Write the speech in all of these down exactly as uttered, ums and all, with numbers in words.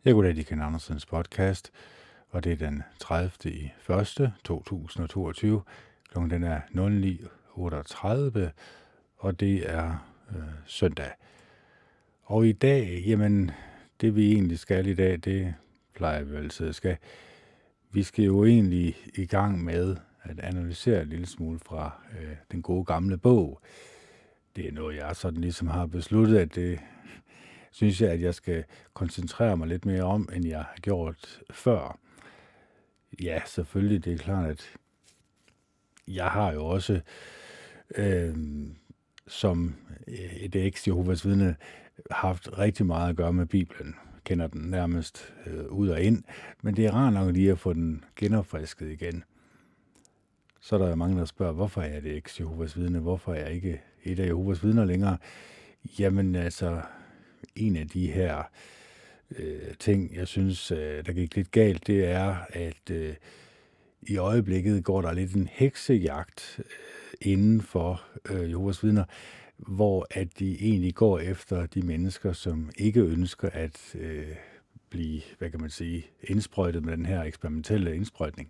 Jeg går til Ken Andersens podcast, og det er den tredivte i første to tusind og toogtyve. Klokken den er nul ni otteogtredive, og det er øh, søndag. Og i dag, jamen, det vi egentlig skal i dag, det plejer vi altid at skal. Vi skal jo egentlig i gang med at analysere en lille smule fra øh, den gode gamle bog. Det er noget, jeg sådan ligesom har besluttet, at det synes jeg, at jeg skal koncentrere mig lidt mere om, end jeg har gjort før. Ja, selvfølgelig, det er klart, at jeg har jo også øh, som et eks Jehovas vidne haft rigtig meget at gøre med Bibelen. Kender den nærmest øh, ud og ind, men det er rart nok lige at få den genopfrisket igen. Så er der jo mange, der spørger, hvorfor er det eks Jehovas vidne? Hvorfor er jeg ikke et af Jehovas vidner længere? Jamen altså, en af de her øh, ting, jeg synes, øh, der gik lidt galt, det er, at øh, i øjeblikket går der lidt en heksejagt øh, inden for øh, Jehovas vidner, hvor at de egentlig går efter de mennesker, som ikke ønsker at øh, blive, hvad kan man sige, indsprøjtet med den her eksperimentelle indsprøjtning.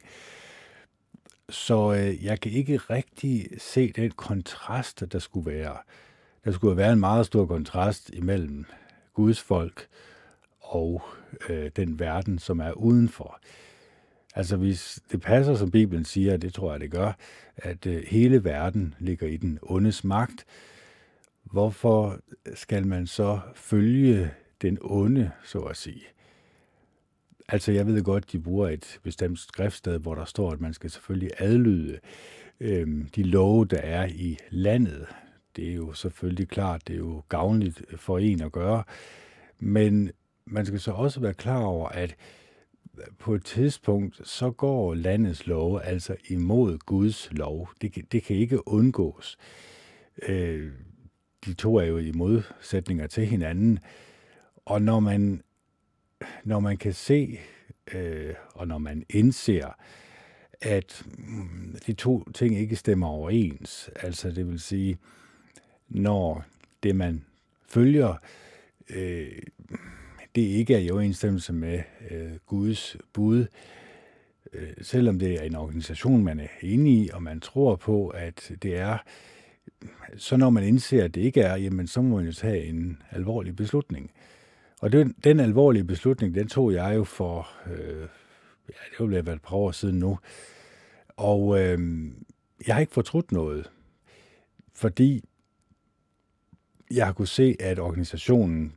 Så øh, jeg kan ikke rigtig se den kontrast, der skulle være. Der skulle være en meget stor kontrast imellem Guds folk og øh, den verden, som er udenfor. Altså hvis det passer, som Bibelen siger, og det tror jeg, det gør, at øh, hele verden ligger i den ondes magt, hvorfor skal man så følge den onde, så at sige? Altså jeg ved godt, de bruger et bestemt skriftsted, hvor der står, at man skal selvfølgelig adlyde øh, de love, der er i landet. Det er jo selvfølgelig klart, det er jo gavnligt for en at gøre, men man skal så også være klar over, at på et tidspunkt, så går landets love altså imod Guds lov. Det, det kan ikke undgås. Øh, de to er jo i modsætninger til hinanden, og når man, når man kan se, øh, og når man indser, at de to ting ikke stemmer overens, altså det vil sige, når det, man følger, øh, det ikke er i overensstemmelse med øh, Guds bud, øh, selvom det er en organisation, man er inde i, og man tror på, at det er, så når man indser, at det ikke er, jamen så må man jo tage en alvorlig beslutning. Og det, den alvorlige beslutning, den tog jeg jo for, øh, ja, det var blevet et par år siden nu, og øh, jeg har ikke fortrudt noget, fordi jeg har kunnet se, at organisationen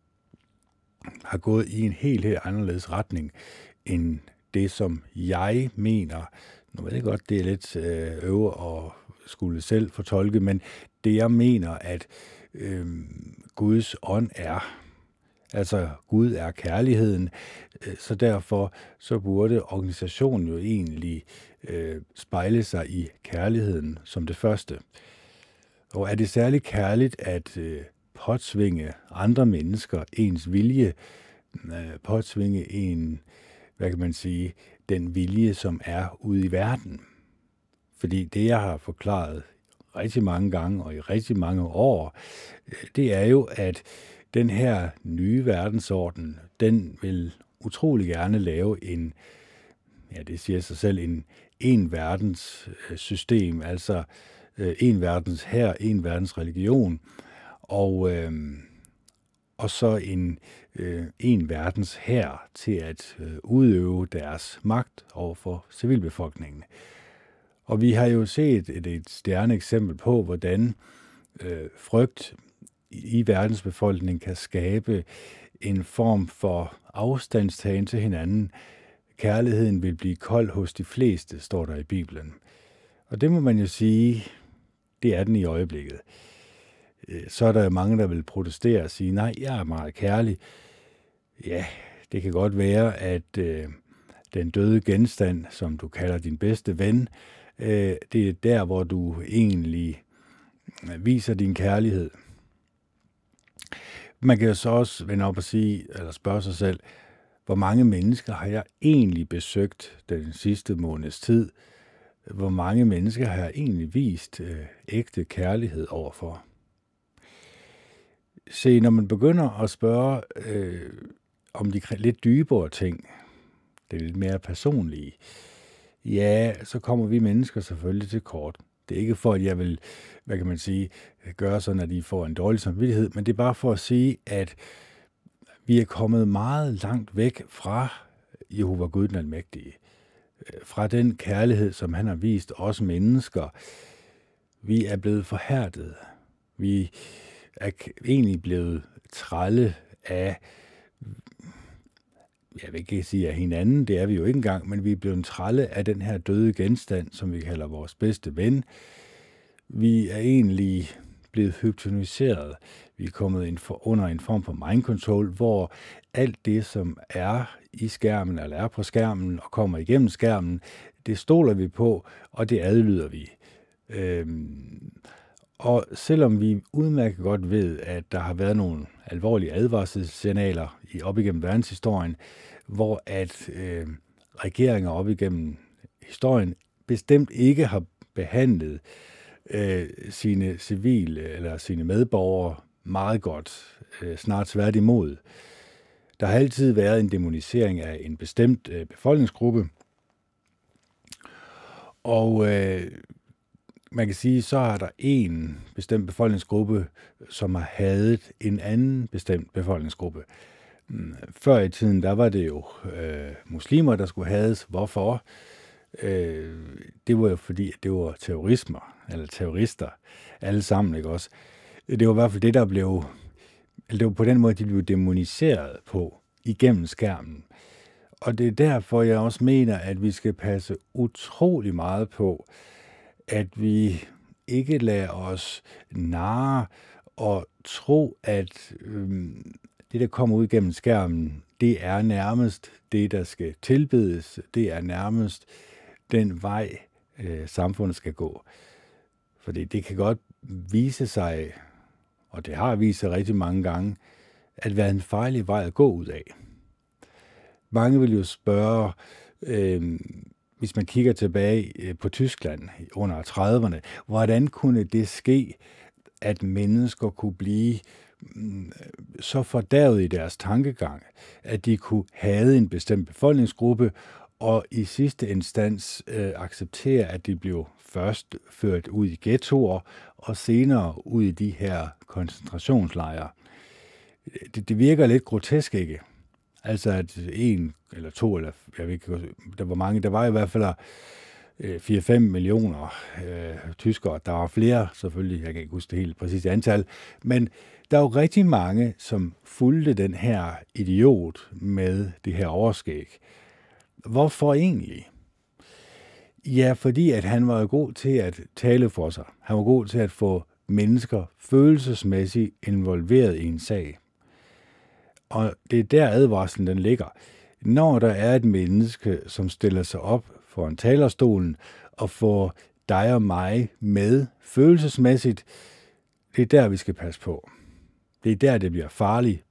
har gået i en helt, helt anderledes retning, end det, som jeg mener. Nu ved jeg godt, det er lidt øve og skulle selv fortolke, men det, jeg mener, at øh, Guds ånd er, altså Gud er kærligheden, så derfor så burde organisationen jo egentlig øh, spejle sig i kærligheden som det første. Og er det særligt kærligt at øh, påtvinge andre mennesker ens vilje, øh, påtvinge en, hvad kan man sige, den vilje, som er ude i verden? Fordi det, jeg har forklaret rigtig mange gange og i rigtig mange år, øh, det er jo, at den her nye verdensorden, den vil utrolig gerne lave en, ja, det siger sig selv, en en verdens system, altså en verdens hær, en verdens religion, og, øh, og så en, øh, en verdens hær til at øh, udøve deres magt over for civilbefolkningen. Og vi har jo set et, et stjerne eksempel på, hvordan øh, frygt i verdensbefolkningen kan skabe en form for afstandstagen til hinanden. Kærligheden vil blive kold hos de fleste, står der i Bibelen. Og det må man jo sige, det er den i øjeblikket. Så er der jo mange, der vil protestere og sige, nej, jeg er meget kærlig. Ja, det kan godt være, at øh, den døde genstand, som du kalder din bedste ven, øh, det er der, hvor du egentlig viser din kærlighed. Man kan jo så også vende op og sige, eller spørge sig selv, hvor mange mennesker har jeg egentlig besøgt den sidste måneds tid? Hvor mange mennesker har jeg egentlig vist øh, ægte kærlighed overfor? Se, når man begynder at spørge, øh, om de lidt dybere ting, det er lidt mere personlige, ja, så kommer vi mennesker selvfølgelig til kort. Det er ikke for, at jeg vil, hvad kan man sige, gøre sådan, at de får en dårlig samvittighed, men det er bare for at sige, at vi er kommet meget langt væk fra Jehova Gud den Almægtige. Fra den kærlighed, som han har vist os mennesker. Vi er blevet forhærdet. Vi er egentlig blevet trælle af, jeg vil ikke sige af hinanden, det er vi jo ikke engang, men vi er blevet trælle af den her døde genstand, som vi kalder vores bedste ven. Vi er egentlig blevet hypnotiseret. Vi er kommet ind for, under en form for mind control, hvor alt det, som er i skærmen, eller er på skærmen og kommer igennem skærmen, det stoler vi på, og det adlyder vi. Øhm, og selvom vi udmærket godt ved, at der har været nogle alvorlige advarselssignaler i op igennem verdenshistorien, hvor at øh, regeringer op igennem historien bestemt ikke har behandlet øh, sine civile eller sine medborgere meget godt, øh, snart tværtimod. Der har altid været en dæmonisering af en bestemt øh, befolkningsgruppe, og øh, man kan sige, så er der en bestemt befolkningsgruppe, som har hadet en anden bestemt befolkningsgruppe. Før i tiden, der var det jo øh, muslimer, der skulle hades. Hvorfor? Øh, det var jo fordi, det var terrorismer, eller terrorister, alle sammen, ikke også? Det var i hvert fald det, der blev, eller det var på den måde, de blev dæmoniseret på, igennem skærmen. Og det er derfor, jeg også mener, at vi skal passe utrolig meget på, at vi ikke lader os narre og tro, at øhm, det, der kommer ud gennem skærmen, det er nærmest det, der skal tilbedes. Det er nærmest den vej, øh, samfundet skal gå. Fordi det kan godt vise sig, og det har vist sig rigtig mange gange, at være en farlig vej at gå ud af. Mange vil jo spørge, øh, hvis man kigger tilbage på Tyskland under trediverne, hvordan kunne det ske, at mennesker kunne blive så fordærvet i deres tankegang, at de kunne hade en bestemt befolkningsgruppe, og i sidste instans øh, acceptere, at de blev først ført ud i ghettoer, og senere ud i de her koncentrationslejre. Det, det virker lidt grotesk, ikke? Altså at en eller to, eller jeg ved ikke, der var mange, der var i hvert fald øh, fire til fem millioner øh, tyskere. Der var flere, selvfølgelig, jeg kan ikke huske det helt præcise antal, men der er jo rigtig mange, som fulgte den her idiot med det her overskæg. Hvorfor egentlig? Ja, fordi at han var god til at tale for sig. Han var god til at få mennesker følelsesmæssigt involveret i en sag. Og det er der advarslen den ligger. Når der er et menneske, som stiller sig op foran talerstolen og får dig og mig med følelsesmæssigt, det er der, vi skal passe på. Det er der, det bliver farligt.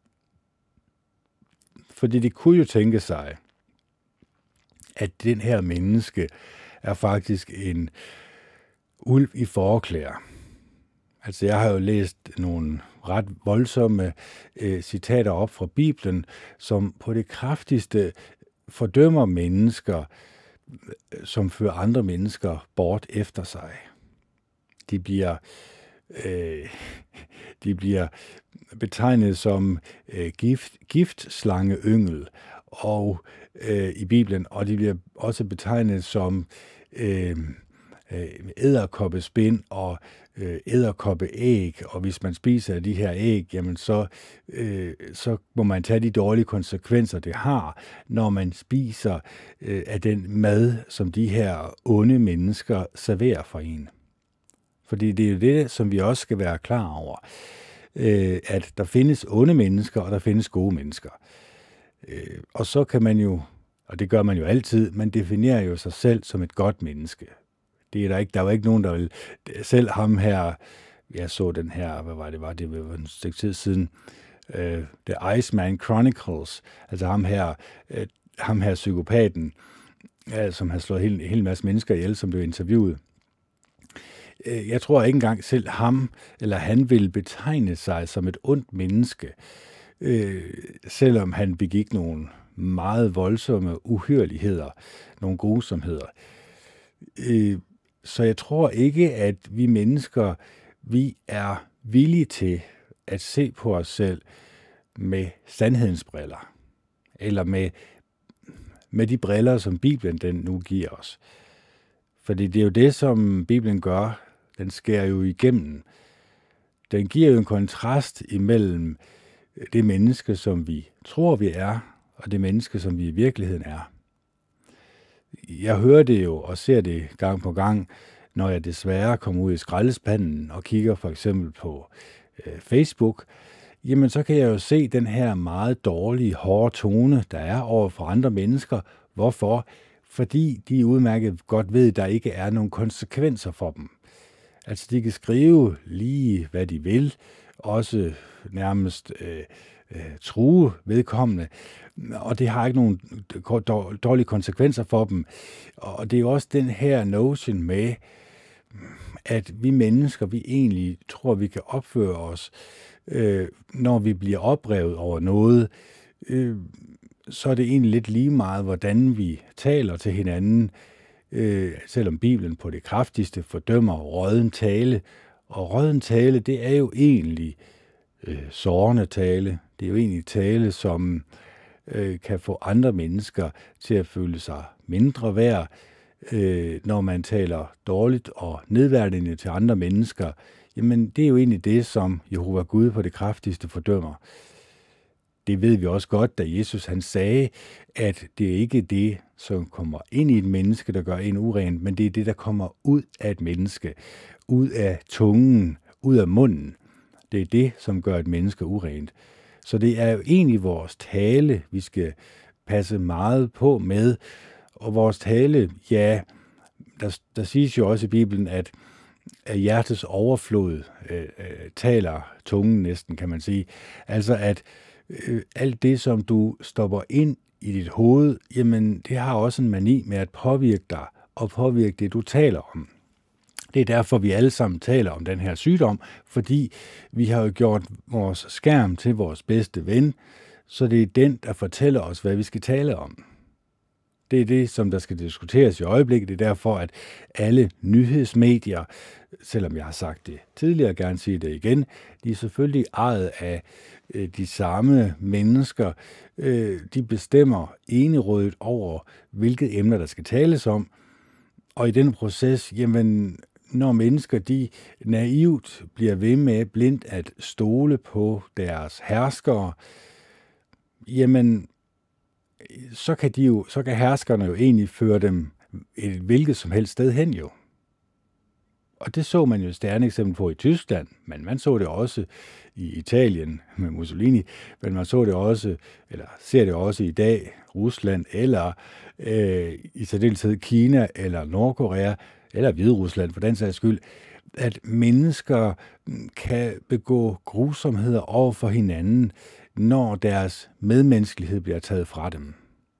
Fordi det kunne jo tænke sig, at den her menneske er faktisk en ulv i forklæder. Altså, jeg har jo læst nogle ret voldsomme øh, citater op fra Bibelen, som på det kraftigste fordømmer mennesker, som fører andre mennesker bort efter sig. De bliver, øh, de bliver betegnet som øh, gift, giftslange-yngel og, øh, i Bibelen, og de bliver også betegnet som øh, edderkoppespind og øh, edderkoppeæg, og hvis man spiser de her æg, jamen så, øh, så må man tage de dårlige konsekvenser, det har, når man spiser øh, af den mad, som de her onde mennesker serverer for en. Fordi det er jo det, som vi også skal være klar over, øh, at der findes onde mennesker, og der findes gode mennesker. Øh, og så kan man jo, og det gør man jo altid, man definerer jo sig selv som et godt menneske. Det er der ikke, der var ikke nogen, der vil, selv ham her, jeg så den her, hvad var det, var det var en stykke tid siden, uh, The Iceman Chronicles, altså ham her, uh, ham her psykopaten, uh, som har slået en hel masse mennesker ihjel, som blev interviewet. Uh, jeg tror ikke engang selv ham, eller han vil betegne sig som et ondt menneske. øh, selvom han begik nogle meget voldsomme uhyrligheder, nogle grusomheder. Øh, så jeg tror ikke, at vi mennesker, vi er villige til at se på os selv med sandhedens briller, eller med, med de briller, som Bibelen den nu giver os. Fordi det er jo det, som Bibelen gør. Den skærer jo igennem. Den giver jo en kontrast imellem det menneske, som vi tror, vi er, og det menneske, som vi i virkeligheden er. Jeg hører det jo og ser det gang på gang, når jeg desværre kommer ud i skraldespanden og kigger for eksempel på øh, Facebook, jamen så kan jeg jo se den her meget dårlige, hårde tone, der er over for andre mennesker. Hvorfor? Fordi de udmærket godt ved, at der ikke er nogen konsekvenser for dem. Altså de kan skrive lige, hvad de vil, også nærmest øh, øh, true vedkommende, og det har ikke nogen dårlige konsekvenser for dem. Og det er jo også den her notion med, at vi mennesker, vi egentlig tror, vi kan opføre os, øh, når vi bliver oprevet over noget, øh, så er det egentlig lidt lige meget, hvordan vi taler til hinanden, øh, selvom Bibelen på det kraftigste fordømmer rådden tale. Og rådden tale, det er jo egentlig øh, sårende tale. Det er jo egentlig tale, som øh, kan få andre mennesker til at føle sig mindre værd. Øh, når man taler dårligt og nedværdigende til andre mennesker, jamen det er jo egentlig det, som Jehova Gud på det kraftigste fordømmer. Det ved vi også godt, da Jesus han sagde, at det er ikke det, som kommer ind i et menneske, der gør en uren, men det er det, der kommer ud af et menneske, ud af tungen, ud af munden. Det er det, som gør et menneske urent. Så det er jo egentlig vores tale, vi skal passe meget på med. Og vores tale, ja, der, der siges jo også i Bibelen, at af hjertets overflod øh, øh, taler tungen næsten, kan man sige. Altså at øh, alt det, som du stopper ind i dit hoved, jamen det har også en mani med at påvirke dig og påvirke det, du taler om. Det er derfor, vi alle sammen taler om den her sygdom, fordi vi har jo gjort vores skærm til vores bedste ven, så det er den, der fortæller os, hvad vi skal tale om. Det er det, som der skal diskuteres i øjeblikket. Det er derfor, at alle nyhedsmedier, selvom jeg har sagt det tidligere, gerne sige det igen, de er selvfølgelig ejet af de samme mennesker. De bestemmer enerådigt over, hvilke emner, der skal tales om. Og i den proces, jamen, når mennesker de naivt bliver ved med blindt at stole på deres herskere, jamen, så kan, de jo, så kan herskerne jo egentlig føre dem et hvilket som helst sted hen jo. Og det så man jo et stærne eksempel på i Tyskland, men man så det også i Italien med Mussolini, men man så det også, eller ser det også i dag, Rusland, eller øh, i særdeleshed Kina, eller Nordkorea, eller Hviderusland for den sags skyld, at mennesker kan begå grusomheder over for hinanden, når deres medmenneskelighed bliver taget fra dem.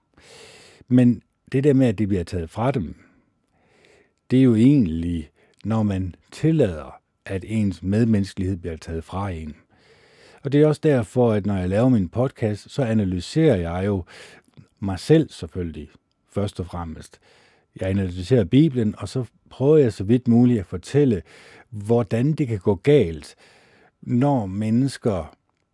Men det der med, at det bliver taget fra dem, det er jo egentlig, når man tillader, at ens medmenneskelighed bliver taget fra en. Og det er også derfor, at når jeg laver min podcast, så analyserer jeg jo mig selv selvfølgelig, først og fremmest. Jeg analyserer Bibelen, og så prøver jeg så vidt muligt at fortælle, hvordan det kan gå galt, når mennesker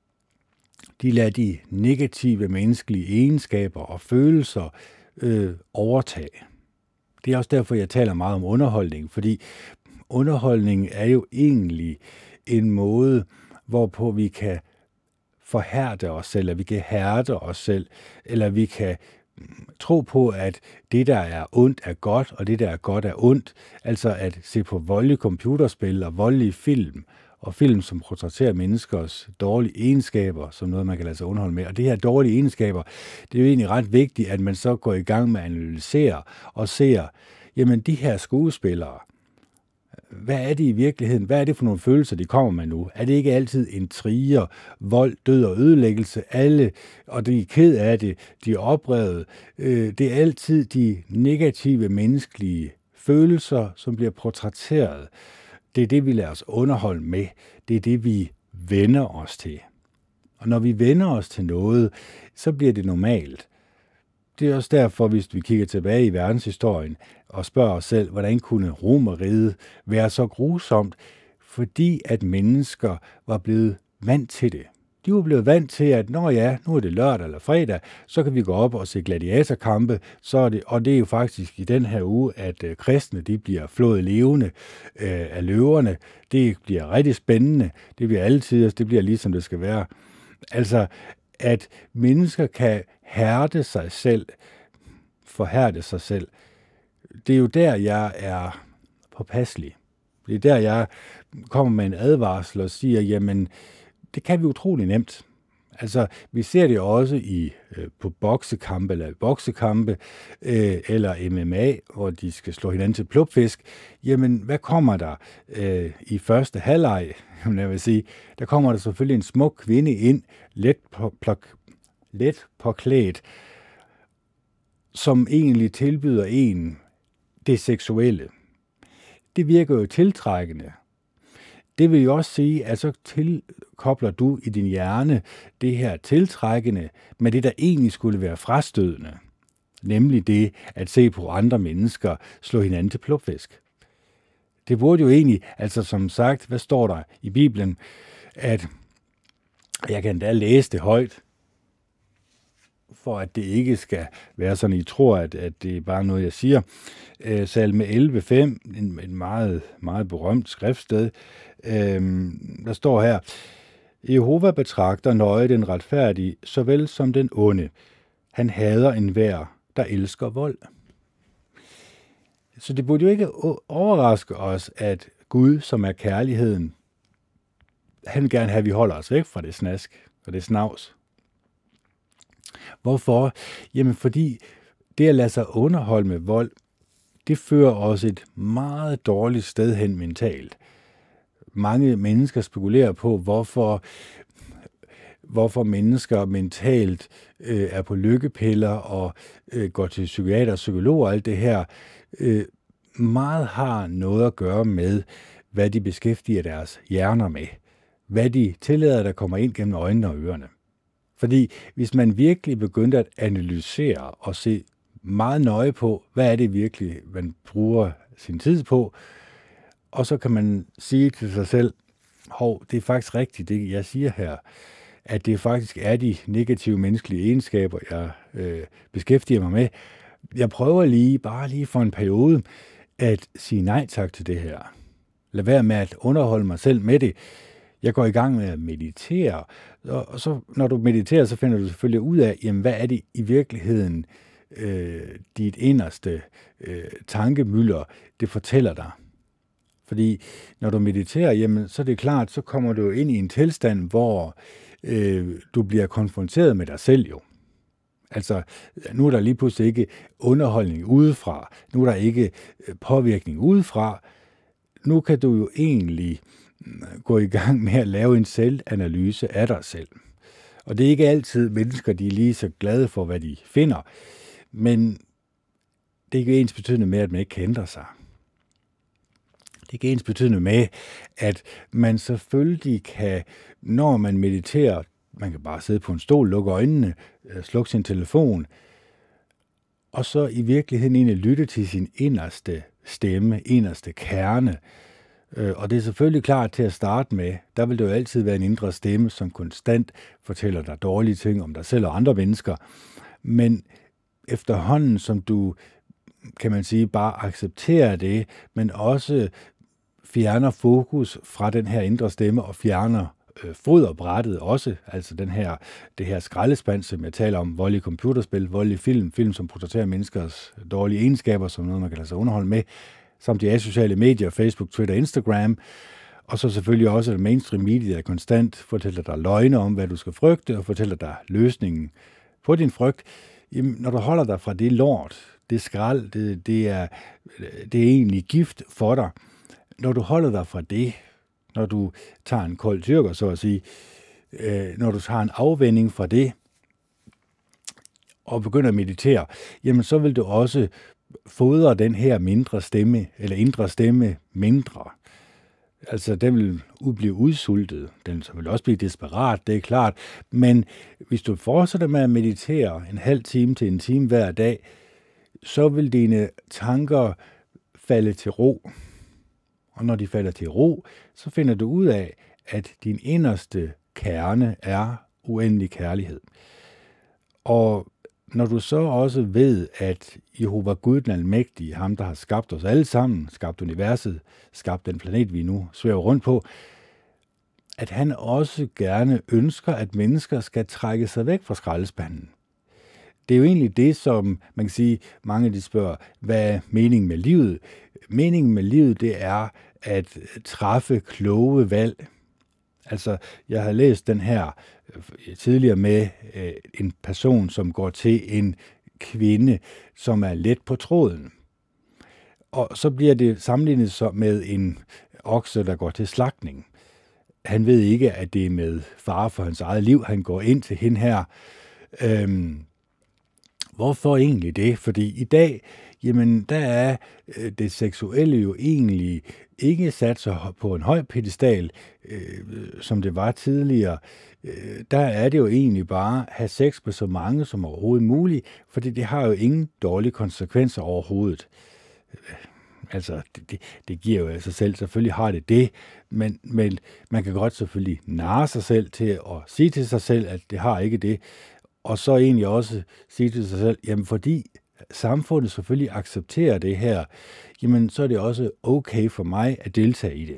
de lader de negative menneskelige egenskaber og følelser øh, overtage. Det er også derfor, jeg taler meget om underholdning, fordi underholdning er jo egentlig en måde, hvorpå vi kan forhærde os selv, eller vi kan hærde os selv, eller vi kan tro på, at det, der er ondt, er godt, og det, der er godt, er ondt. Altså at se på voldelige computerspil og voldelige film, og film, som portrætterer menneskers dårlige egenskaber, som noget, man kan lade sig underholde med. Og det her dårlige egenskaber, det er jo egentlig ret vigtigt, at man så går i gang med at analysere og ser, jamen de her skuespillere, hvad er det i virkeligheden? Hvad er det for nogle følelser, de kommer med nu? Er det ikke altid intriger, vold, død og ødelæggelse? Alle, og de er ked af det, de er oprevet. Det er altid de negative menneskelige følelser, som bliver portrætteret. Det er det, vi lader os underholde med. Det er det, vi vender os til. Og når vi vender os til noget, så bliver det normalt. Det er også derfor, hvis vi kigger tilbage i verdenshistorien og spørger os selv, hvordan kunne Romerriget være så grusomt? Fordi at mennesker var blevet vant til det. De var blevet vant til, at når ja, nu er det lørdag eller fredag, så kan vi gå op og se gladiatorkampe, så er det, og det er jo faktisk i den her uge, at øh, kristne de bliver flået levende øh, af løverne. Det bliver rigtig spændende. Det bliver altid, det bliver ligesom det skal være. Altså, at mennesker kan hærde sig selv, forhærde sig selv, det er jo der, jeg er påpasselig. Det er der, jeg kommer med en advarsel og siger, jamen, det kan vi utrolig nemt. Altså, vi ser det også i øh, på boksekampe eller boksekampe øh, eller M M A, hvor de skal slå hinanden til plupfisk. Jamen, hvad kommer der øh, i første halvleg? Jeg vil sige, der kommer der selvfølgelig en smuk kvinde ind, let, på, plok, let påklædt, som egentlig tilbyder en det seksuelle. Det virker jo tiltrækkende. Det vil jo også sige, at så tilkobler du i din hjerne det her tiltrækkende med det, der egentlig skulle være frastødende. Nemlig det at se på andre mennesker slå hinanden til plupfisk. Det burde jo egentlig, altså som sagt, hvad står der i Bibelen, at jeg kan da læse det højt, for at det ikke skal være sådan, I tror, at, at det er bare noget, jeg siger. Øh, Salme elleve fem, en, en meget, meget berømt skriftsted, øh, der står her, Jehova betragter nøje den retfærdige, såvel som den onde. Han hader enhver, der elsker vold. Så det burde jo ikke overraske os, at Gud, som er kærligheden, han vil gerne have, at vi holder os væk fra det snask og det snavs. Hvorfor? Jamen fordi det at lade sig underholde med vold, det fører os et meget dårligt sted hen mentalt. Mange mennesker spekulerer på, hvorfor, hvorfor mennesker mentalt øh, er på lykkepiller og øh, går til psykiater og psykologer og alt det her. Øh, meget har noget at gøre med, hvad de beskæftiger deres hjerner med. Hvad de tillader, der kommer ind gennem øjnene og ørerne. Fordi hvis man virkelig begyndte at analysere og se meget nøje på, hvad er det virkelig, man bruger sin tid på, og så kan man sige til sig selv, hov, det er faktisk rigtigt, det jeg siger her, at det faktisk er de negative menneskelige egenskaber, jeg øh, beskæftiger mig med. Jeg prøver lige, bare lige for en periode, at sige nej tak til det her. Lad være med at underholde mig selv med det. Jeg går i gang med at meditere, og så når du mediterer, så finder du selvfølgelig ud af, jamen, hvad er det i virkeligheden, øh, dit inderste øh, tankemylder, det fortæller dig. Fordi når du mediterer, jamen, så er det klart, så kommer du ind i en tilstand, hvor øh, du bliver konfronteret med dig selv jo. Altså, nu er der lige pludselig ikke underholdning udefra, nu er der ikke påvirkning udefra, nu kan du jo egentlig gå i gang med at lave en selvanalyse af dig selv. Og det er ikke altid mennesker, de er lige så glade for, hvad de finder, men det er ikke ens betydende med, at man ikke kan ændre sig. Det er ikke ens betydende med, at man selvfølgelig kan, når man mediterer, man kan bare sidde på en stol, lukke øjnene, slukke sin telefon, og så i virkeligheden egentlig lytte til sin inderste stemme, inderste kerne. Og det er selvfølgelig klart til at starte med, der vil det jo altid være en indre stemme, som konstant fortæller dig dårlige ting om dig selv og andre mennesker. Men efterhånden, som du, kan man sige, bare accepterer det, men også fjerner fokus fra den her indre stemme og fjerner øh, foderbrættet også, altså den her, det her skraldespand, som jeg taler om, vold i computerspil, vold i film, film som portrætterer menneskers dårlige egenskaber, som noget, man kan lade sig underholde med, samt de asociale medier, Facebook, Twitter, Instagram, og så selvfølgelig også det mainstream media, der konstant fortæller dig løgne om, hvad du skal frygte, og fortæller dig løsningen på din frygt. Jamen, når du holder dig fra det lort, det skrald, det, det, er, det er egentlig gift for dig. Når du holder dig fra det, når du tager en kold tyrker, så at sige, øh, når du tager en afvending fra det, og begynder at meditere, jamen så vil du også fodre den her mindre stemme, eller indre stemme mindre. Altså, den vil blive udsultet. Den vil også blive desperat, det er klart. Men hvis du fortsætter med at meditere en halv time til en time hver dag, så vil dine tanker falde til ro. Og når de falder til ro, så finder du ud af, at din inderste kerne er uendelig kærlighed. Og når du så også ved, at Jehova Gud den almægtige, ham der har skabt os alle sammen, skabt universet, skabt den planet, vi nu svæver rundt på, at han også gerne ønsker, at mennesker skal trække sig væk fra skraldespanden. Det er jo egentlig det, som man kan sige, mange de spørger, hvad er meningen med livet? Meningen med livet, det er at træffe kloge valg. Altså, jeg har læst den her tidligere med øh, en person, som går til en kvinde, som er let på tråden. Og så bliver det sammenlignet med en okse, der går til slagtning. Han ved ikke, at det er med fare for hans eget liv. Han går ind til hende her. Øhm, hvorfor egentlig det? Fordi i dag, jamen, der er det seksuelle jo egentlig ikke sat så på en høj pedestal, øh, som det var tidligere. Øh, der er det jo egentlig bare at have sex med så mange som overhovedet muligt, fordi det har jo ingen dårlige konsekvenser overhovedet. Altså, det, det, det giver jo af sig selv. Selvfølgelig har det det, men, men man kan godt selvfølgelig narre sig selv til at sige til sig selv, at det har ikke det. Og så egentlig også sige til sig selv, jamen fordi samfundet selvfølgelig accepterer det her, jamen så er det også okay for mig at deltage i det.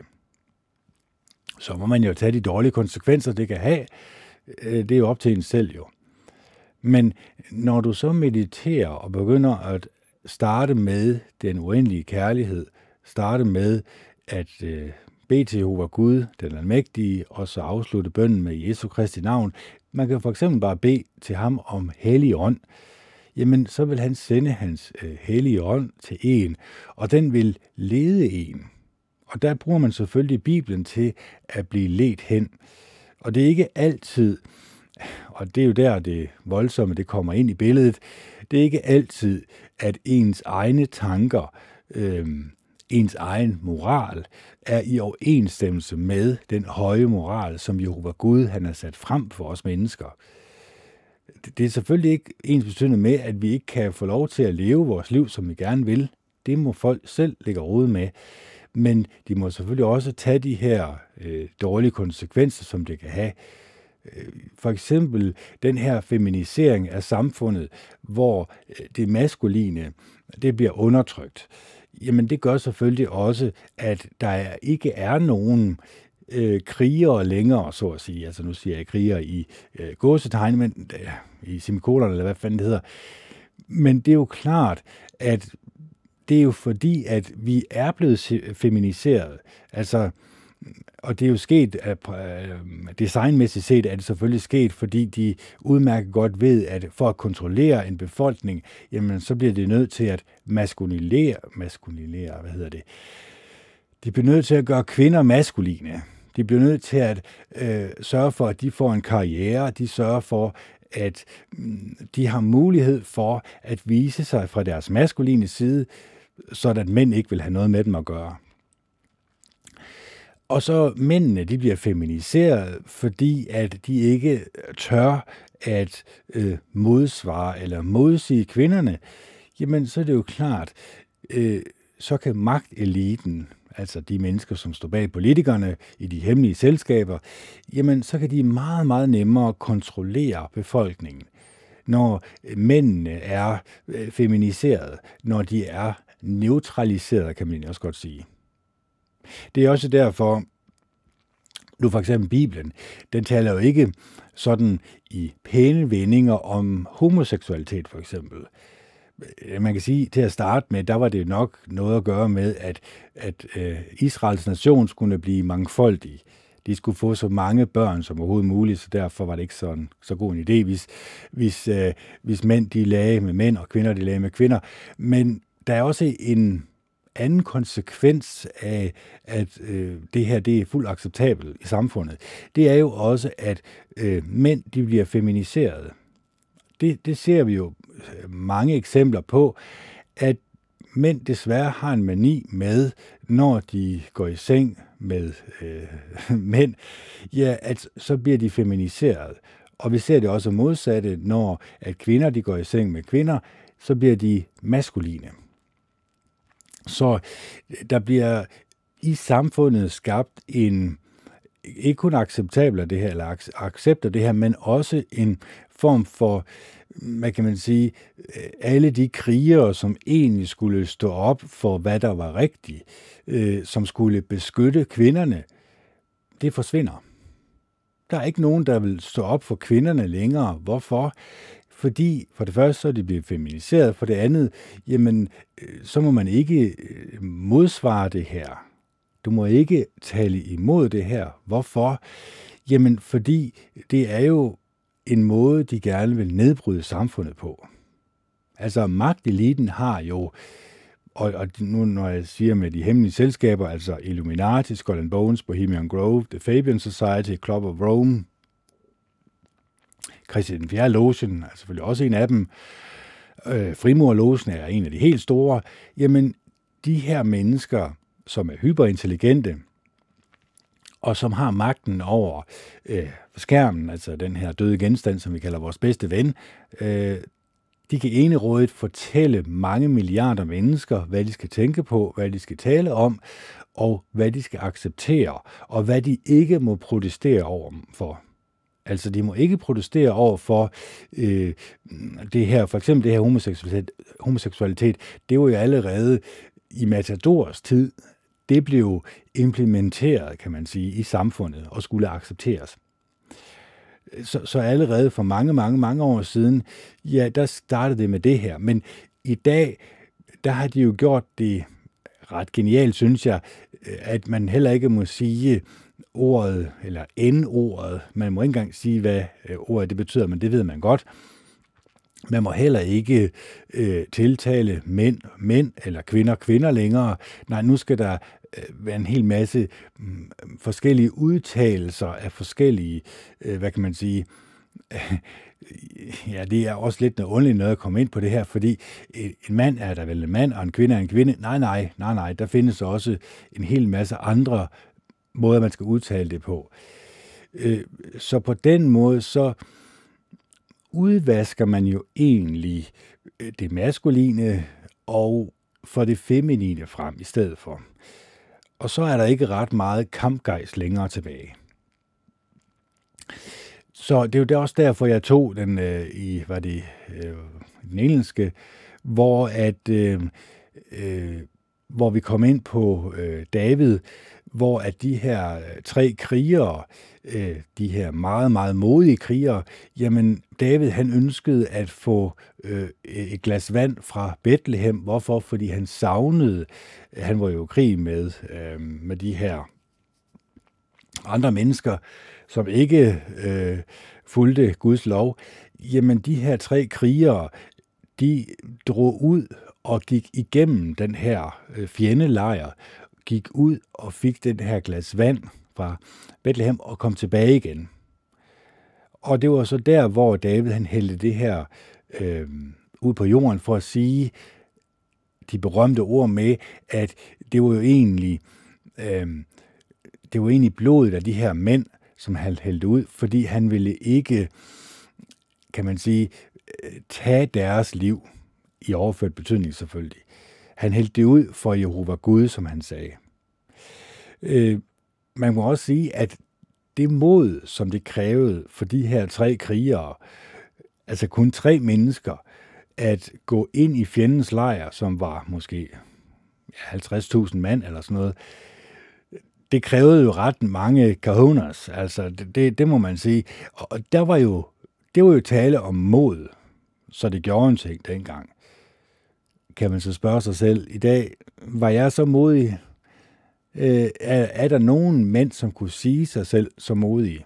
Så må man jo tage de dårlige konsekvenser, det kan have. Det er jo op til en selv jo. Men når du så mediterer og begynder at starte med den uendelige kærlighed, starte med at øh, bede til Jehova Gud, den almægtige, og så afslutte bønnen med Jesu Kristi navn. Man kan for eksempel bare bede til ham om hellig ånd. Jamen, så vil han sende hans øh, hellige ånd til en, og den vil lede en. Og der bruger man selvfølgelig Bibelen til at blive ledt hen. Og det er ikke altid, og det er jo der det voldsomme, det kommer ind i billedet, det er ikke altid, at ens egne tanker, øh, ens egen moral, er i overensstemmelse med den høje moral, som Jehova Gud han har sat frem for os mennesker. Det er selvfølgelig ikke ensbetydende med, at vi ikke kan få lov til at leve vores liv, som vi gerne vil. Det må folk selv lægge råd med. Men de må selvfølgelig også tage de her øh, dårlige konsekvenser, som det kan have. For eksempel den her feminisering af samfundet, hvor det maskuline, det bliver undertrykt. Jamen det gør selvfølgelig også, at der ikke er nogen øh, krigere længere, så at sige. Altså nu siger jeg krigere i øh, gåsetegn, men øh, i semikolerne, eller hvad fanden det hedder. Men det er jo klart, at det er jo fordi, at vi er blevet feminiseret. Altså, og det er jo sket, designmæssigt set er det selvfølgelig sket, fordi de udmærket godt ved, at for at kontrollere en befolkning, jamen så bliver det nødt til at maskulinere, maskulinere, hvad hedder det? De bliver nødt til at gøre kvinder maskuline. De bliver nødt til at øh, sørge for, at de får en karriere. De sørger for, at mm, de har mulighed for at vise sig fra deres maskuline side, så at mænd ikke vil have noget med dem at gøre. Og så mændene, de bliver feminiseret, fordi at de ikke tør at øh, modsvare eller modsige kvinderne. Jamen, så er det jo klart, øh, så kan magteliten, altså de mennesker, som står bag politikerne i de hemmelige selskaber, jamen, så kan de meget, meget nemmere kontrollere befolkningen. Når mændene er øh, feminiseret, når de er neutraliseret, kan man også godt sige. Det er også derfor, nu for eksempel Bibelen, den taler jo ikke sådan i pæne vendinger om homoseksualitet for eksempel. Man kan sige, til at starte med, der var det nok noget at gøre med, at, at øh, Israels nation skulle blive mangfoldig. De skulle få så mange børn som overhovedet muligt, så derfor var det ikke sådan, så god en idé, hvis, hvis, øh, hvis mænd de lagde med mænd, og kvinder de lagde med kvinder. Men der er også en anden konsekvens af, at øh, det her det er fuldt acceptabelt i samfundet. Det er jo også, at øh, mænd de bliver feminiseret. Det, det ser vi jo mange eksempler på, at mænd desværre har en mani med, når de går i seng med øh, mænd, ja, at så bliver de feminiseret. Og vi ser det også modsatte, når at kvinder de går i seng med kvinder, så bliver de maskuline. Så der bliver i samfundet skabt en, ikke kun acceptabel af det her, eller accept af det her, men også en form for, hvad kan man sige, alle de krigere, som egentlig skulle stå op for, hvad der var rigtigt, øh, som skulle beskytte kvinderne, det forsvinder. Der er ikke nogen, der vil stå op for kvinderne længere. Hvorfor? Fordi for det første, så er de blevet feminiseret. For det andet, jamen, så må man ikke modsvare det her. Du må ikke tale imod det her. Hvorfor? Jamen, fordi det er jo en måde, de gerne vil nedbryde samfundet på. Altså, magteliten har jo, og, og nu når jeg siger med de hemmelige selskaber, altså Illuminati, Skull and Bones, Bohemian Grove, The Fabian Society, Club of Rome, Christian den fjerde Logen er selvfølgelig også en af dem, øh, Frimurerlogen er en af de helt store. Jamen, de her mennesker, som er hyperintelligente, og som har magten over øh, skærmen, altså den her døde genstand, som vi kalder vores bedste ven, øh, de kan enerådigt fortælle mange milliarder mennesker, hvad de skal tænke på, hvad de skal tale om, og hvad de skal acceptere, og hvad de ikke må protestere over for. Altså, de må ikke protestere over for øh, det her, for eksempel det her homoseksualitet, homoseksualitet, det var jo allerede i Matadors tid, det blev implementeret, kan man sige, i samfundet og skulle accepteres. Så, så allerede for mange, mange, mange år siden, ja, der startede det med det her. Men i dag, der har de jo gjort det ret genialt, synes jeg, at man heller ikke må sige ordet, eller N-ordet. Man må ikke engang sige, hvad ordet det betyder, men det ved man godt. Man må heller ikke øh, tiltale mænd, mænd eller kvinder, kvinder længere. Nej, nu skal der øh, være en hel masse øh, forskellige udtalelser af forskellige, øh, hvad kan man sige, øh, ja, det er også lidt noget underligt noget at komme ind på det her, fordi en mand er der vel en mand, og en kvinde er en kvinde. Nej, nej, nej, nej, der findes også en hel masse andre måder, man skal udtale det på. Øh, så på den måde, så udvasker man jo egentlig det maskuline og får det feminine frem i stedet for. Og så er der ikke ret meget kampgejst længere tilbage. Så det er jo der også derfor, jeg tog den øh, i, var det øh, den engelske, hvor at øh, øh, hvor vi kom ind på øh, David, hvor at de her tre krigere, øh, de her meget, meget modige krigere, jamen David han ønskede at få øh, et glas vand fra Bethlehem. Hvorfor? Fordi han savnede, han var jo i krig med, øh, med de her andre mennesker, som ikke øh, fulgte Guds lov. Jamen de her tre krigere, de drog ud og gik igennem den her øh, fjendelejr, gik ud og fik den her glas vand fra Bethlehem og kom tilbage igen. Og det var så der, hvor David han hældte det her øh, ud på jorden for at sige de berømte ord med, at det var jo egentlig, øh, det var egentlig blodet af de her mænd, som han hældte ud, fordi han ville ikke, kan man sige, tage deres liv, i overført betydning selvfølgelig. Han hældte det ud for Jehova Gud, som han sagde. Øh, man må også sige, at det mod, som det krævede for de her tre krigere, altså kun tre mennesker, at gå ind i fjendens lejr, som var måske halvtreds tusind mand eller sådan noget, det krævede jo ret mange kahunas, altså det, det, det må man sige. Og der var jo, det var jo tale om mod, så det gjorde en ting dengang. Kan man så spørge sig selv, i dag, var jeg så modig? Øh, er, er der nogen mænd, som kunne sige sig selv så modige?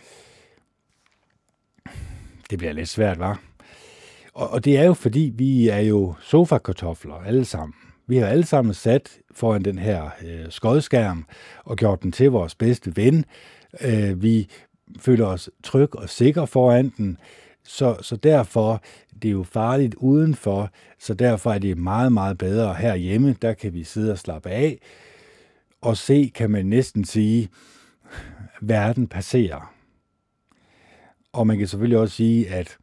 Det bliver lidt svært, hva'? Og, og det er jo fordi, vi er jo sofakartofler alle sammen. Vi har alle sammen sat foran den her øh, skodskærm og gjort den til vores bedste ven. Øh, vi føler os tryg og sikre foran den, så, så derfor det er jo farligt udenfor, så derfor er det meget, meget bedre herhjemme. Der kan vi sidde og slappe af. og se, kan man næsten sige, verden passerer. Og man kan selvfølgelig også sige, at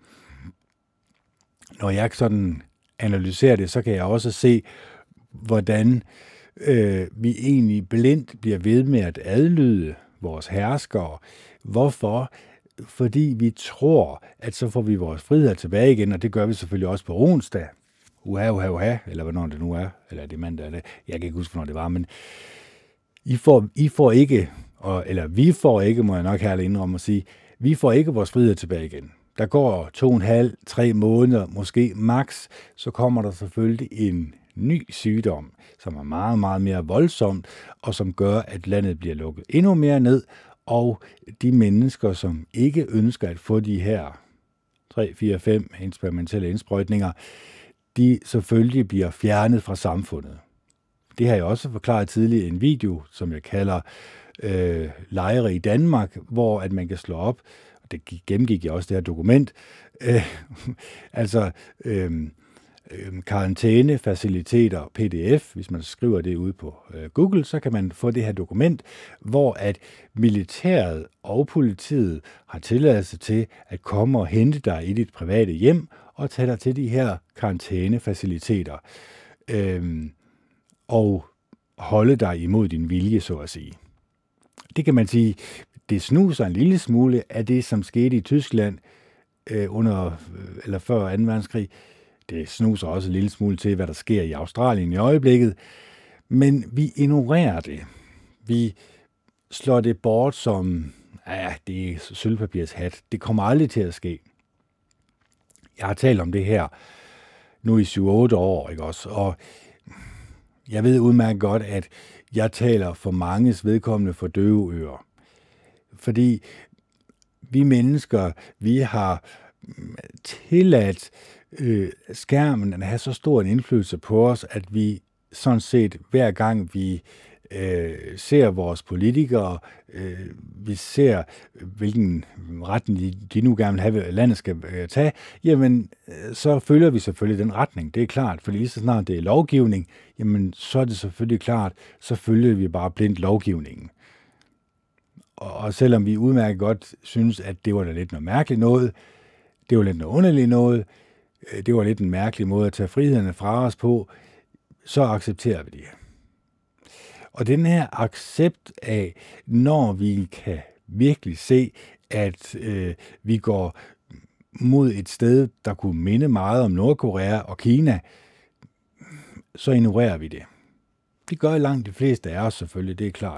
når jeg sådan analyserer det, så kan jeg også se, hvordan øh, vi egentlig blindt bliver ved med at adlyde vores herskere. Hvorfor? Fordi vi tror, at så får vi vores frihed tilbage igen, og det gør vi selvfølgelig også på onsdag. Uha, uha, uha, eller hvornår det nu er, eller det mandag, eller jeg kan ikke huske, hvornår det var, men I får, I får ikke, og, eller vi får ikke, må jeg nok herligt indrømme at sige, vi får ikke vores frihed tilbage igen. Der går to og en halv, tre måneder, måske max, så kommer der selvfølgelig en ny sygdom, som er meget, meget mere voldsom, og som gør, at landet bliver lukket endnu mere ned, og de mennesker, som ikke ønsker at få de her tre, fire, fem eksperimentelle indsprøjtninger, de selvfølgelig bliver fjernet fra samfundet. Det har jeg også forklaret tidligere i en video, som jeg kalder øh, lejre i Danmark, hvor at man kan slå op, og det gennemgik jeg også det her dokument, øh, altså øh, øh, karantænefaciliteter P D F, hvis man skriver det ud på øh, Google, så kan man få det her dokument, hvor at militæret og politiet har tilladelse til at komme og hente dig i dit private hjem og tage dig til de her karantænefaciliteter øh, og holde dig imod din vilje, så at sige. Det kan man sige, det snuser en lille smule af det, som skete i Tyskland øh, under eller før anden verdenskrig. Det snuser også en lille smule til, hvad der sker i Australien i øjeblikket. Men vi ignorerer det. Vi slår det bort som, ja, det er sølvpapirs hat. Det kommer aldrig til at ske. Jeg har talt om det her nu i syv otte år, ikke også? Og jeg ved udmærket godt, at jeg taler for manges vedkommende for døve ører. Fordi vi mennesker, vi har tilladt øh, skærmen at have så stor en indflydelse på os, at vi sådan set hver gang vi øh, ser vores politikere, øh, vi ser hvilken retning de, de nu gerne vil have, at landet skal øh, tage, jamen øh, så følger vi selvfølgelig den retning. Det er klart, for lige så snart det er lovgivning, jamen så er det selvfølgelig klart, så følger vi bare blindt lovgivningen. Og selvom vi udmærket godt synes, at det var da lidt noget mærkeligt noget, det var lidt noget underligt noget, det var lidt en mærkelig måde at tage frihederne fra os på, så accepterer vi det. Og den her accept af, når vi kan virkelig se, at øh, vi går mod et sted, der kunne minde meget om Nordkorea og Kina, så ignorerer vi det. Det gør langt de fleste af os selvfølgelig, det er klart.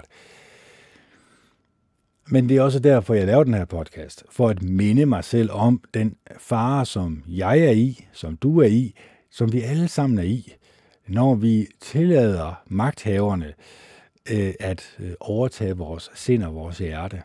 Men det er også derfor, jeg laver den her podcast, for at minde mig selv om den fare, som jeg er i, som du er i, som vi alle sammen er i, når vi tillader magthaverne øh, at øh, overtage vores sind og vores hjerte.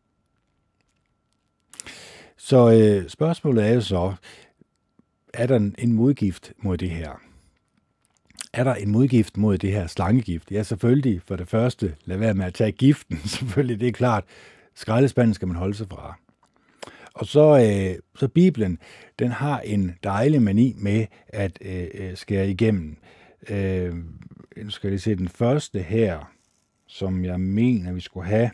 Så øh, spørgsmålet er jo så, er der en modgift mod det her? Er der en modgift mod det her slangegift? Ja, selvfølgelig. For det første, lad være med at tage giften. Selvfølgelig, det er klart. Skraldespanden skal man holde sig fra. Og så, øh, så Bibelen, den har en dejlig mani med at øh, skære igennem. Øh, nu skal jeg lige se den første her, som jeg mener, vi skulle have.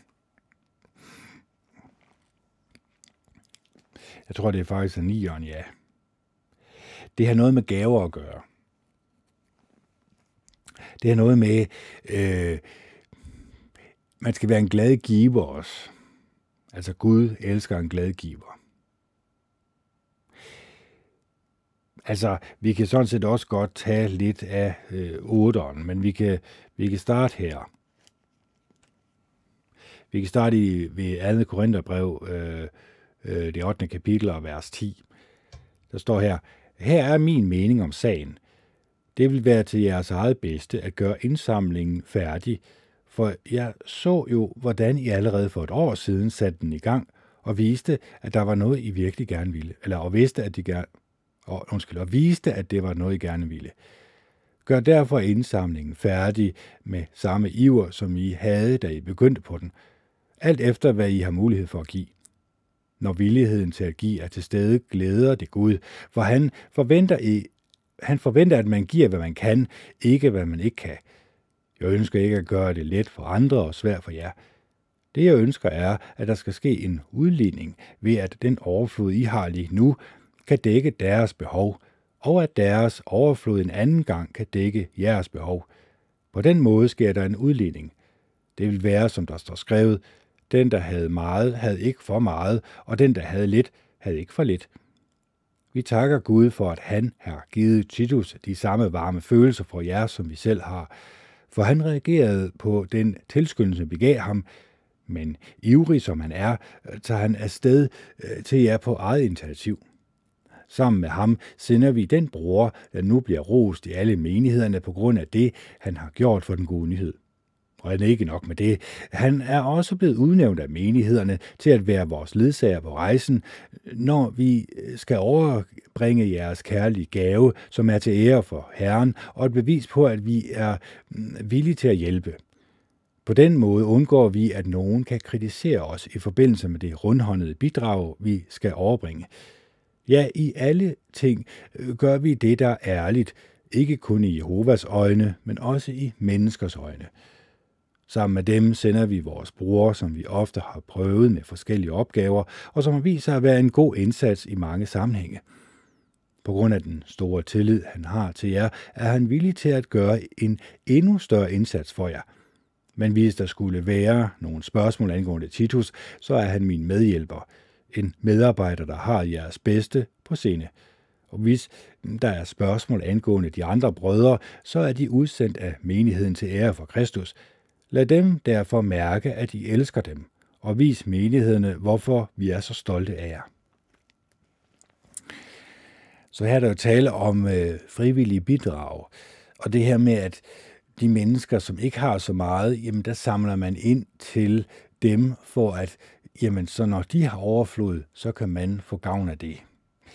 Jeg tror, det er faktisk en nieren, ja. Det har noget med gaver at gøre. Det har noget med, øh, man skal være en glad giver også. Altså Gud elsker en glad giver. Altså, vi kan sådan set også godt tage lidt af øh, otteren, men vi kan, vi kan starte her. Vi kan starte i, ved andet Korintherbrev, øh, øh, det ottende kapitel og vers ti. Der står her, her er min mening om sagen. Det vil være til jeres eget bedste at gøre indsamlingen færdig, for jeg så jo, hvordan I allerede for et år siden satte den i gang, og viste, at der var noget, I virkelig gerne ville. Eller og vidste, at de gerne, og, undskyld, og viste, at det var noget, I gerne ville. Gør derfor indsamlingen færdig med samme iver, som I havde, da I begyndte på den. Alt efter, hvad I har mulighed for at give. Når villigheden til at give er til stede, glæder det Gud, for han forventer, I, han forventer, at man giver, hvad man kan, ikke hvad man ikke kan. Jeg ønsker ikke at gøre det let for andre og svært for jer. Det jeg ønsker er, at der skal ske en udligning ved, at den overflod, I har lige nu, kan dække deres behov, og at deres overflod en anden gang kan dække jeres behov. På den måde sker der en udligning. Det vil være, som der står skrevet, den, der havde meget, havde ikke for meget, og den, der havde lidt, havde ikke for lidt. Vi takker Gud for, at han har givet Titus de samme varme følelser for jer, som vi selv har, for han reagerede på den tilskyndelse, vi gav ham, men ivrig som han er, tager han afsted til jer på eget initiativ. Sammen med ham sender vi den bror, der nu bliver rost i alle menighederne på grund af det, han har gjort for den gode nyhed. Og han er ikke nok med det. Han er også blevet udnævnt af menighederne til at være vores ledsager på rejsen, når vi skal overbringe jeres kærlige gave, som er til ære for Herren, og et bevis på, at vi er villige til at hjælpe. På den måde undgår vi, at nogen kan kritisere os i forbindelse med det rundhåndede bidrag, vi skal overbringe. Ja, i alle ting gør vi det, der er ærligt, ikke kun i Jehovas øjne, men også i menneskers øjne. Sammen med dem sender vi vores bror, som vi ofte har prøvet med forskellige opgaver, og som har vist sig at være en god indsats i mange sammenhænge. På grund af den store tillid, han har til jer, er han villig til at gøre en endnu større indsats for jer. Men hvis der skulle være nogle spørgsmål angående Titus, så er han min medhjælper, en medarbejder, der har jeres bedste på sinde. Og hvis der er spørgsmål angående de andre brødre, så er de udsendt af menigheden til ære for Kristus. Lad dem derfor mærke, at I elsker dem, og vis menighederne, hvorfor vi er så stolte af jer. Så her er der jo tale om øh, frivillige bidrag, og det her med, at de mennesker, som ikke har så meget, jamen der samler man ind til dem, for at jamen, så når de har overflod, så kan man få gavn af det.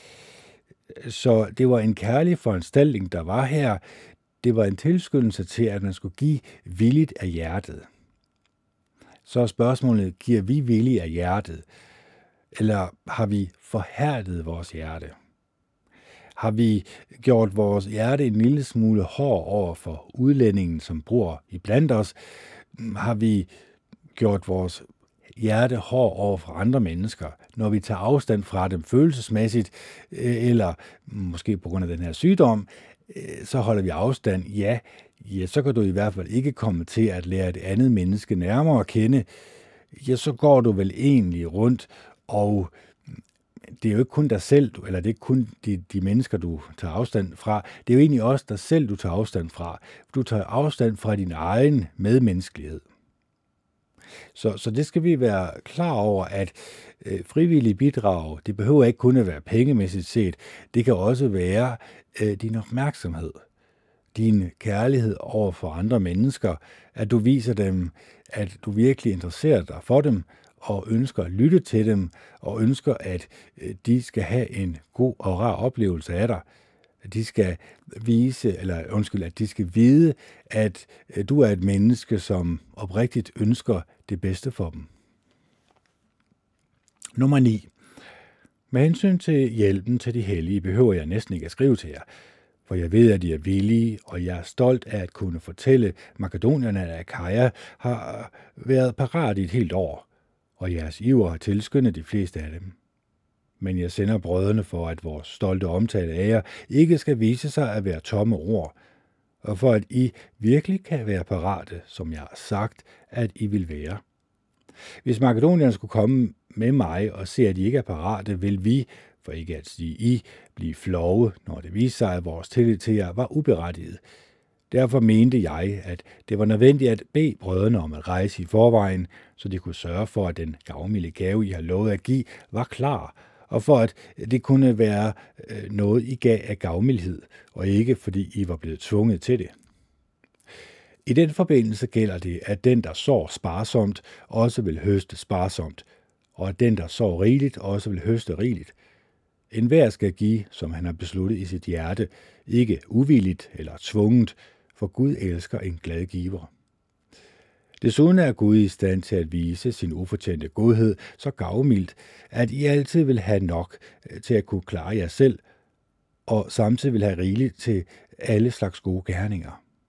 Så det var en kærlig foranstaltning, der var her. Det var en tilskyndelse til, at man skulle give villigt af hjertet. Så er spørgsmålet, giver vi villigt af hjertet? Eller har vi forhærdet vores hjerte? Har vi gjort vores hjerte en lille smule hård over for udlændingen, som bor iblandt os? Har vi gjort vores hjerte hård over for andre mennesker, når vi tager afstand fra dem følelsesmæssigt, eller måske på grund af den her sygdom, så holder vi afstand, ja, ja, så kan du i hvert fald ikke komme til at lære et andet menneske nærmere at kende. Ja, så går du vel egentlig rundt, og det er jo ikke kun dig selv, eller det er ikke kun de, de mennesker, du tager afstand fra. Det er jo egentlig også dig selv, du tager afstand fra. Du tager afstand fra din egen medmenneskelighed. Så, så det skal vi være klar over, at øh, frivillige bidrag, det behøver ikke kun at være pengemæssigt set. Det kan også være øh, din opmærksomhed, din kærlighed over for andre mennesker, at du viser dem, at du virkelig interesserer dig for dem, og ønsker at lytte til dem, og ønsker, at øh, de skal have en god og rar oplevelse af dig. De skal vise, eller undskyld, at de skal vide, at du er et menneske, som oprigtigt ønsker det bedste for dem. Nummer ni. Med hensyn til hjælpen til de hellige, behøver jeg næsten ikke at skrive til jer, for jeg ved, at I er villige, og jeg er stolt af at kunne fortælle, makedonierne af Akaja har været parat i et helt år, og jeres iver har tilskyndet de fleste af dem. Men jeg sender brødrene for, at vores stolte omtale af jer ikke skal vise sig at være tomme ord, og for at I virkelig kan være parate, som jeg har sagt, at I vil være. Hvis makedonierne skulle komme med mig og se, at I ikke er parate, vil vi, for ikke at sige I, blive flove, når det viser sig, at vores tillid til jer var uberettiget. Derfor mente jeg, at det var nødvendigt at bede brødrene om at rejse i forvejen, så de kunne sørge for, at den gavmilde gave, I har lovet at give, var klar, og for at det kunne være noget, I gav af gavmildhed, og ikke fordi I var blevet tvunget til det. I den forbindelse gælder det, at den, der sår sparsomt, også vil høste sparsomt, og at den, der sår rigeligt, også vil høste rigeligt. Enhver skal give, som han har besluttet i sit hjerte, ikke uvilligt eller tvunget, for Gud elsker en glad giver. Desuden er Gud i stand til at vise sin ufortjente godhed så gavmildt, at I altid vil have nok til at kunne klare jer selv, og samtidig vil have rigeligt til alle slags gode gerninger.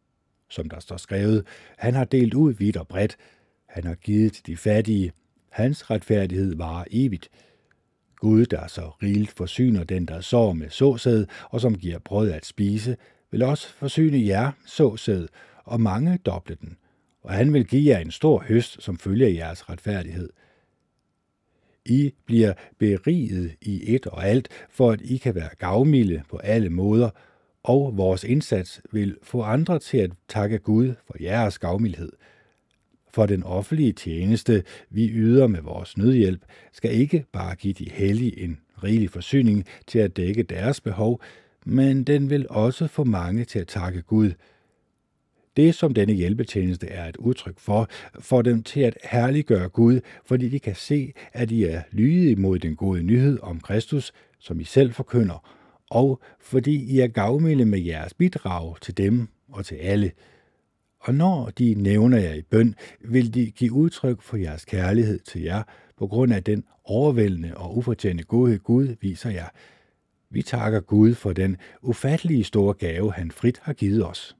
som der står skrevet. Han har delt ud vidt og bredt. Han har givet de fattige. Hans retfærdighed varer evigt. Gud, der så rigeligt forsyner den, der sår med såsæd, og som giver brød at spise, vil også forsyne jer såsæd, og mange doble den. Og han vil give jer en stor høst, som følger jeres retfærdighed. I bliver beriget i et og alt, for at I kan være gavmilde på alle måder, og vores indsats vil få andre til at takke Gud for jeres gavmildhed. For den offentlige tjeneste, vi yder med vores nødhjælp, skal ikke bare give de hellige en rigelig forsyning til at dække deres behov, men den vil også få mange til at takke Gud. Det, som denne hjælpetjeneste er et udtryk for, får dem til at herliggøre Gud, fordi de kan se, at I er lydige mod den gode nyhed om Kristus, som I selv forkynder, og fordi I er gavmilde med jeres bidrag til dem og til alle. Og når de nævner jer i bøn, vil de give udtryk for jeres kærlighed til jer, på grund af den overvældende og ufortjente godhed Gud viser jer. Vi takker Gud for den ufattelige store gave, han frit har givet os.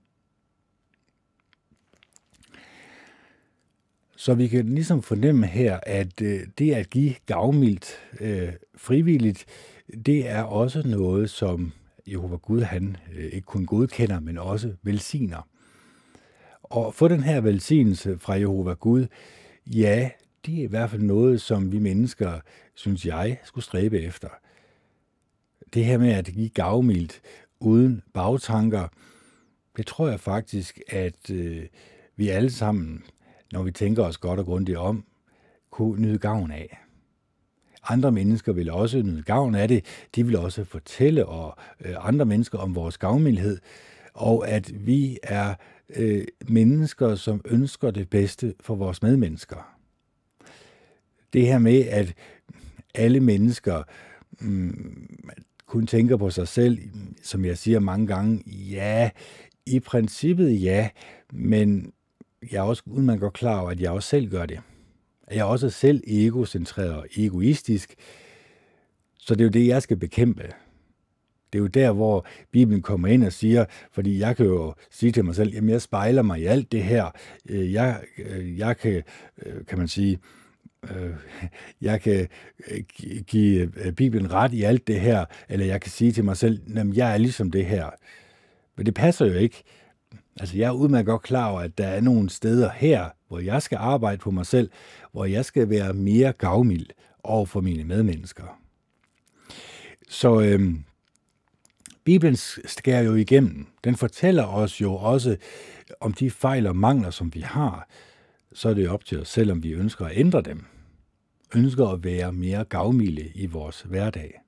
Så vi kan ligesom fornemme her, at det at give gavmildt, øh, frivilligt, det er også noget, som Jehova Gud han øh, ikke kun godkender, men også velsigner. Og få den her velsignelse fra Jehova Gud, ja, det er i hvert fald noget, som vi mennesker, synes jeg, skulle stræbe efter. Det her med at give gavmildt uden bagtanker, det tror jeg faktisk, at øh, vi alle sammen, når vi tænker os godt og grundigt om, kunne nyde gavn af. Andre mennesker vil også nyde gavn af det. De vil også fortælle og, øh, andre mennesker om vores gavmildhed, og at vi er øh, mennesker, som ønsker det bedste for vores medmennesker. Det her med, at alle mennesker mm, kun tænker på sig selv, som jeg siger mange gange, ja, i princippet ja, men jeg er også udmærket godt klar over, at jeg også selv gør det. Jeg er også selv egocentreret og egoistisk, så det er jo det, jeg skal bekæmpe. Det er jo der, hvor Bibelen kommer ind og siger, fordi jeg kan jo sige til mig selv, jamen jeg spejler mig i alt det her. Jeg, jeg kan, kan man sige, jeg kan give Bibelen ret i alt det her, eller jeg kan sige til mig selv, jamen jeg er ligesom det her. Men det passer jo ikke. Altså jeg er udmærket godt klar over, at der er nogle steder her, hvor jeg skal arbejde på mig selv, hvor jeg skal være mere gavmild over for mine medmennesker. Så øhm, Bibelen skærer jo igennem. Den fortæller os jo også om de fejl og mangler, som vi har. Så er det jo op til os selv, om vi ønsker at ændre dem. Ønsker at være mere gavmilde i vores hverdag.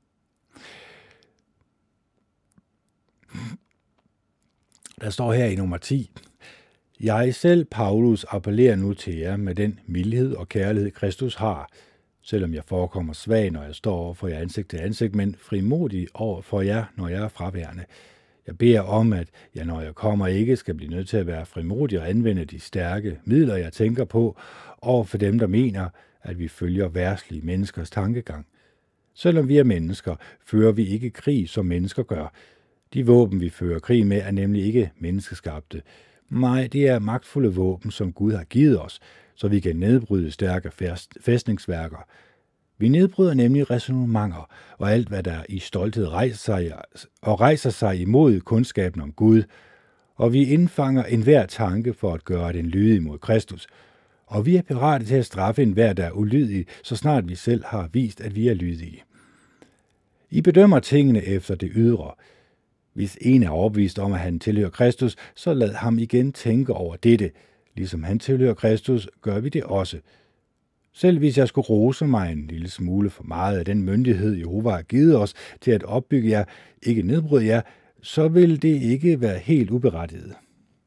Der står her i nummer ti. Jeg selv, Paulus, appellerer nu til jer med den mildhed og kærlighed, Kristus har, selvom jeg forekommer svag, når jeg står over for jer ansigt til ansigt, men frimodig over for jer, når jeg er fraværende. Jeg beder om, at jeg, når jeg kommer, ikke skal blive nødt til at være frimodig og anvende de stærke midler, jeg tænker på, over for dem, der mener, at vi følger verdslige menneskers tankegang. Selvom vi er mennesker, fører vi ikke krig, som mennesker gør. De våben, vi fører krig med, er nemlig ikke menneskeskabte. Nej, det er magtfulde våben, som Gud har givet os, så vi kan nedbryde stærke fæstningsværker. Vi nedbryder nemlig ræsonnementer og alt, hvad der i stolthed rejser sig, og rejser sig imod kundskaben om Gud, og vi indfanger enhver tanke for at gøre den lydig mod Kristus, og vi er parate til at straffe enhver, der er ulydig, så snart vi selv har vist, at vi er lydige. I bedømmer tingene efter det ydre. Hvis en er overbevist om, at han tilhører Kristus, så lad ham igen tænke over dette. Ligesom han tilhører Kristus, gør vi det også. Selv hvis jeg skulle rose mig en lille smule for meget af den myndighed, Jehova har givet os til at opbygge jer, ikke nedbryde jer, så vil det ikke være helt uberettiget.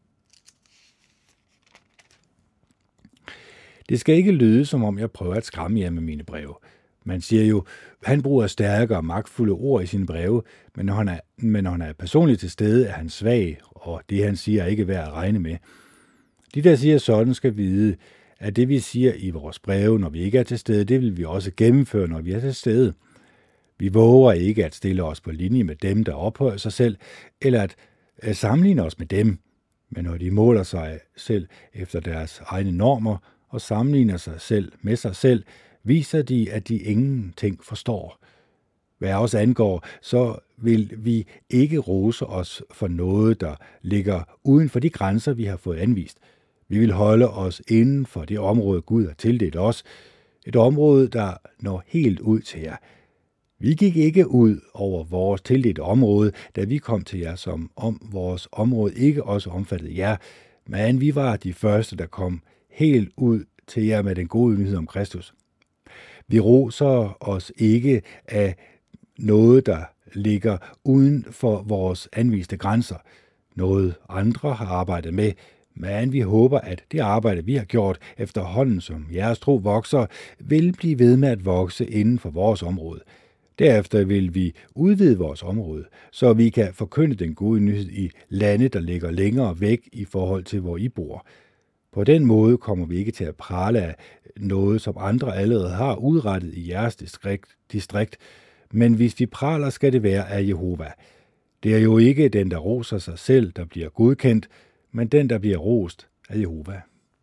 Det skal ikke lyde, som om jeg prøver at skræmme jer med mine breve. Man siger jo, han bruger stærke og magtfulde ord i sine breve, men når han er, men når han er personligt til stede, er han svag, og det han siger er ikke værd at regne med. De, der siger sådan, skal vide, at det vi siger i vores breve, når vi ikke er til stede, det vil vi også gennemføre, når vi er til stede. Vi våger ikke at stille os på linje med dem, der ophøjer sig selv, eller at sammenligne os med dem. Men når de måler sig selv efter deres egne normer og sammenligner sig selv med sig selv, viser de, at de ingenting forstår. Hvad os angår, så vil vi ikke rose os for noget, der ligger uden for de grænser, vi har fået anvist. Vi vil holde os inden for det område, Gud har tildelt os. Et område, der når helt ud til jer. Vi gik ikke ud over vores tildelte område, da vi kom til jer, som om vores område ikke også omfattede jer, men vi var de første, der kom helt ud til jer med den gode nyhed om Kristus. Vi roser os ikke af noget, der ligger uden for vores anviste grænser, noget andre har arbejdet med, men vi håber, at det arbejde, vi har gjort efterhånden, som jeres tro vokser, vil blive ved med at vokse inden for vores område. Derefter vil vi udvide vores område, så vi kan forkynde den gode nyhed i lande, der ligger længere væk i forhold til, hvor I bor. På den måde kommer vi ikke til at prale af noget, som andre allerede har udrettet i jeres distrikt, distrikt, men hvis vi praler, skal det være af Jehova. Det er jo ikke den, der roser sig selv, der bliver godkendt, men den, der bliver rost af Jehova.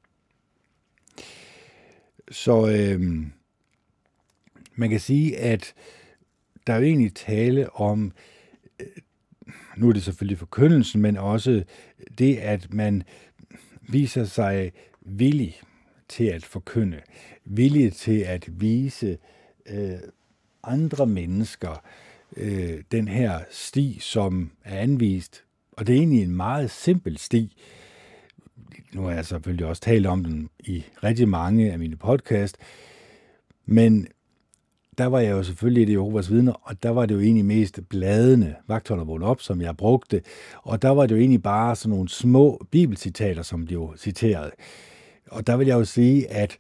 Så øh, man kan sige, at der er jo egentlig tale om, nu er det selvfølgelig forkyndelsen, men også det, at man viser sig villig til at forkynde, villig til at vise øh, andre mennesker øh, den her sti, som er anvist. Og det er egentlig en meget simpel sti. Nu har jeg selvfølgelig også talt om den i rigtig mange af mine podcast, men der var jeg jo selvfølgelig i det Jehovas vidner, og der var det jo egentlig mest bladene, vagtholder vågn op, som jeg brugte, og der var det jo egentlig bare sådan nogle små bibelcitater, som blev citeret. Og der vil jeg jo sige, at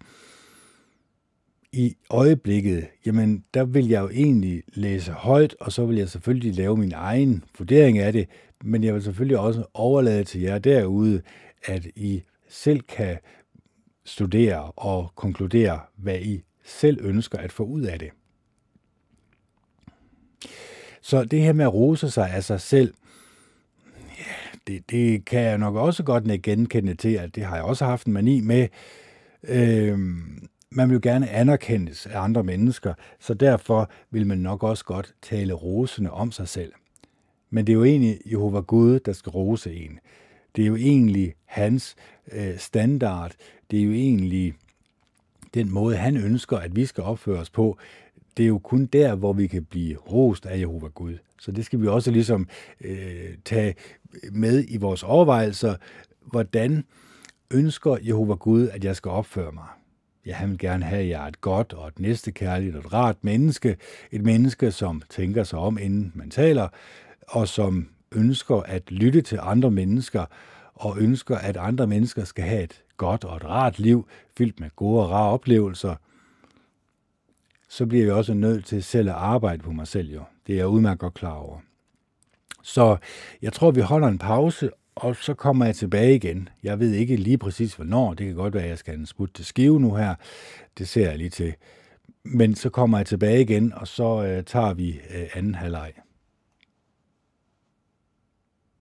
i øjeblikket, jamen der vil jeg jo egentlig læse højt, og så vil jeg selvfølgelig lave min egen vurdering af det, men jeg vil selvfølgelig også overlade til jer derude, at I selv kan studere og konkludere, hvad I selv ønsker at få ud af det. Så det her med at rose sig af sig selv, ja, det, det kan jeg nok også godt genkende til, at det har jeg også haft en mani med. Øhm, man vil jo gerne anerkendes af andre mennesker, så derfor vil man nok også godt tale rosende om sig selv. Men det er jo egentlig Jehova Gud, der skal rose en. Det er jo egentlig hans øh, standard. Det er jo egentlig den måde, han ønsker, at vi skal opføre os på. Det er jo kun der, hvor vi kan blive rost af Jehova Gud. Så det skal vi også ligesom øh, tage med i vores overvejelser. Hvordan ønsker Jehova Gud, at jeg skal opføre mig? Ja, han vil gerne have, at jeg er et godt og et næstekærligt og et rart menneske. Et menneske, som tænker sig om, inden man taler, og som ønsker at lytte til andre mennesker, og ønsker, at andre mennesker skal have et godt og et rart liv, fyldt med gode og rare oplevelser, så bliver jeg også nødt til selv at arbejde på mig selv. Jo. Det er jeg udmærket godt klar over. Så jeg tror, vi holder en pause, og så kommer jeg tilbage igen. Jeg ved ikke lige præcis, hvornår. Det kan godt være, at jeg skal have en smut til Skive nu her. Det ser jeg lige til. Men så kommer jeg tilbage igen, og så øh, tager vi øh, anden halvleg.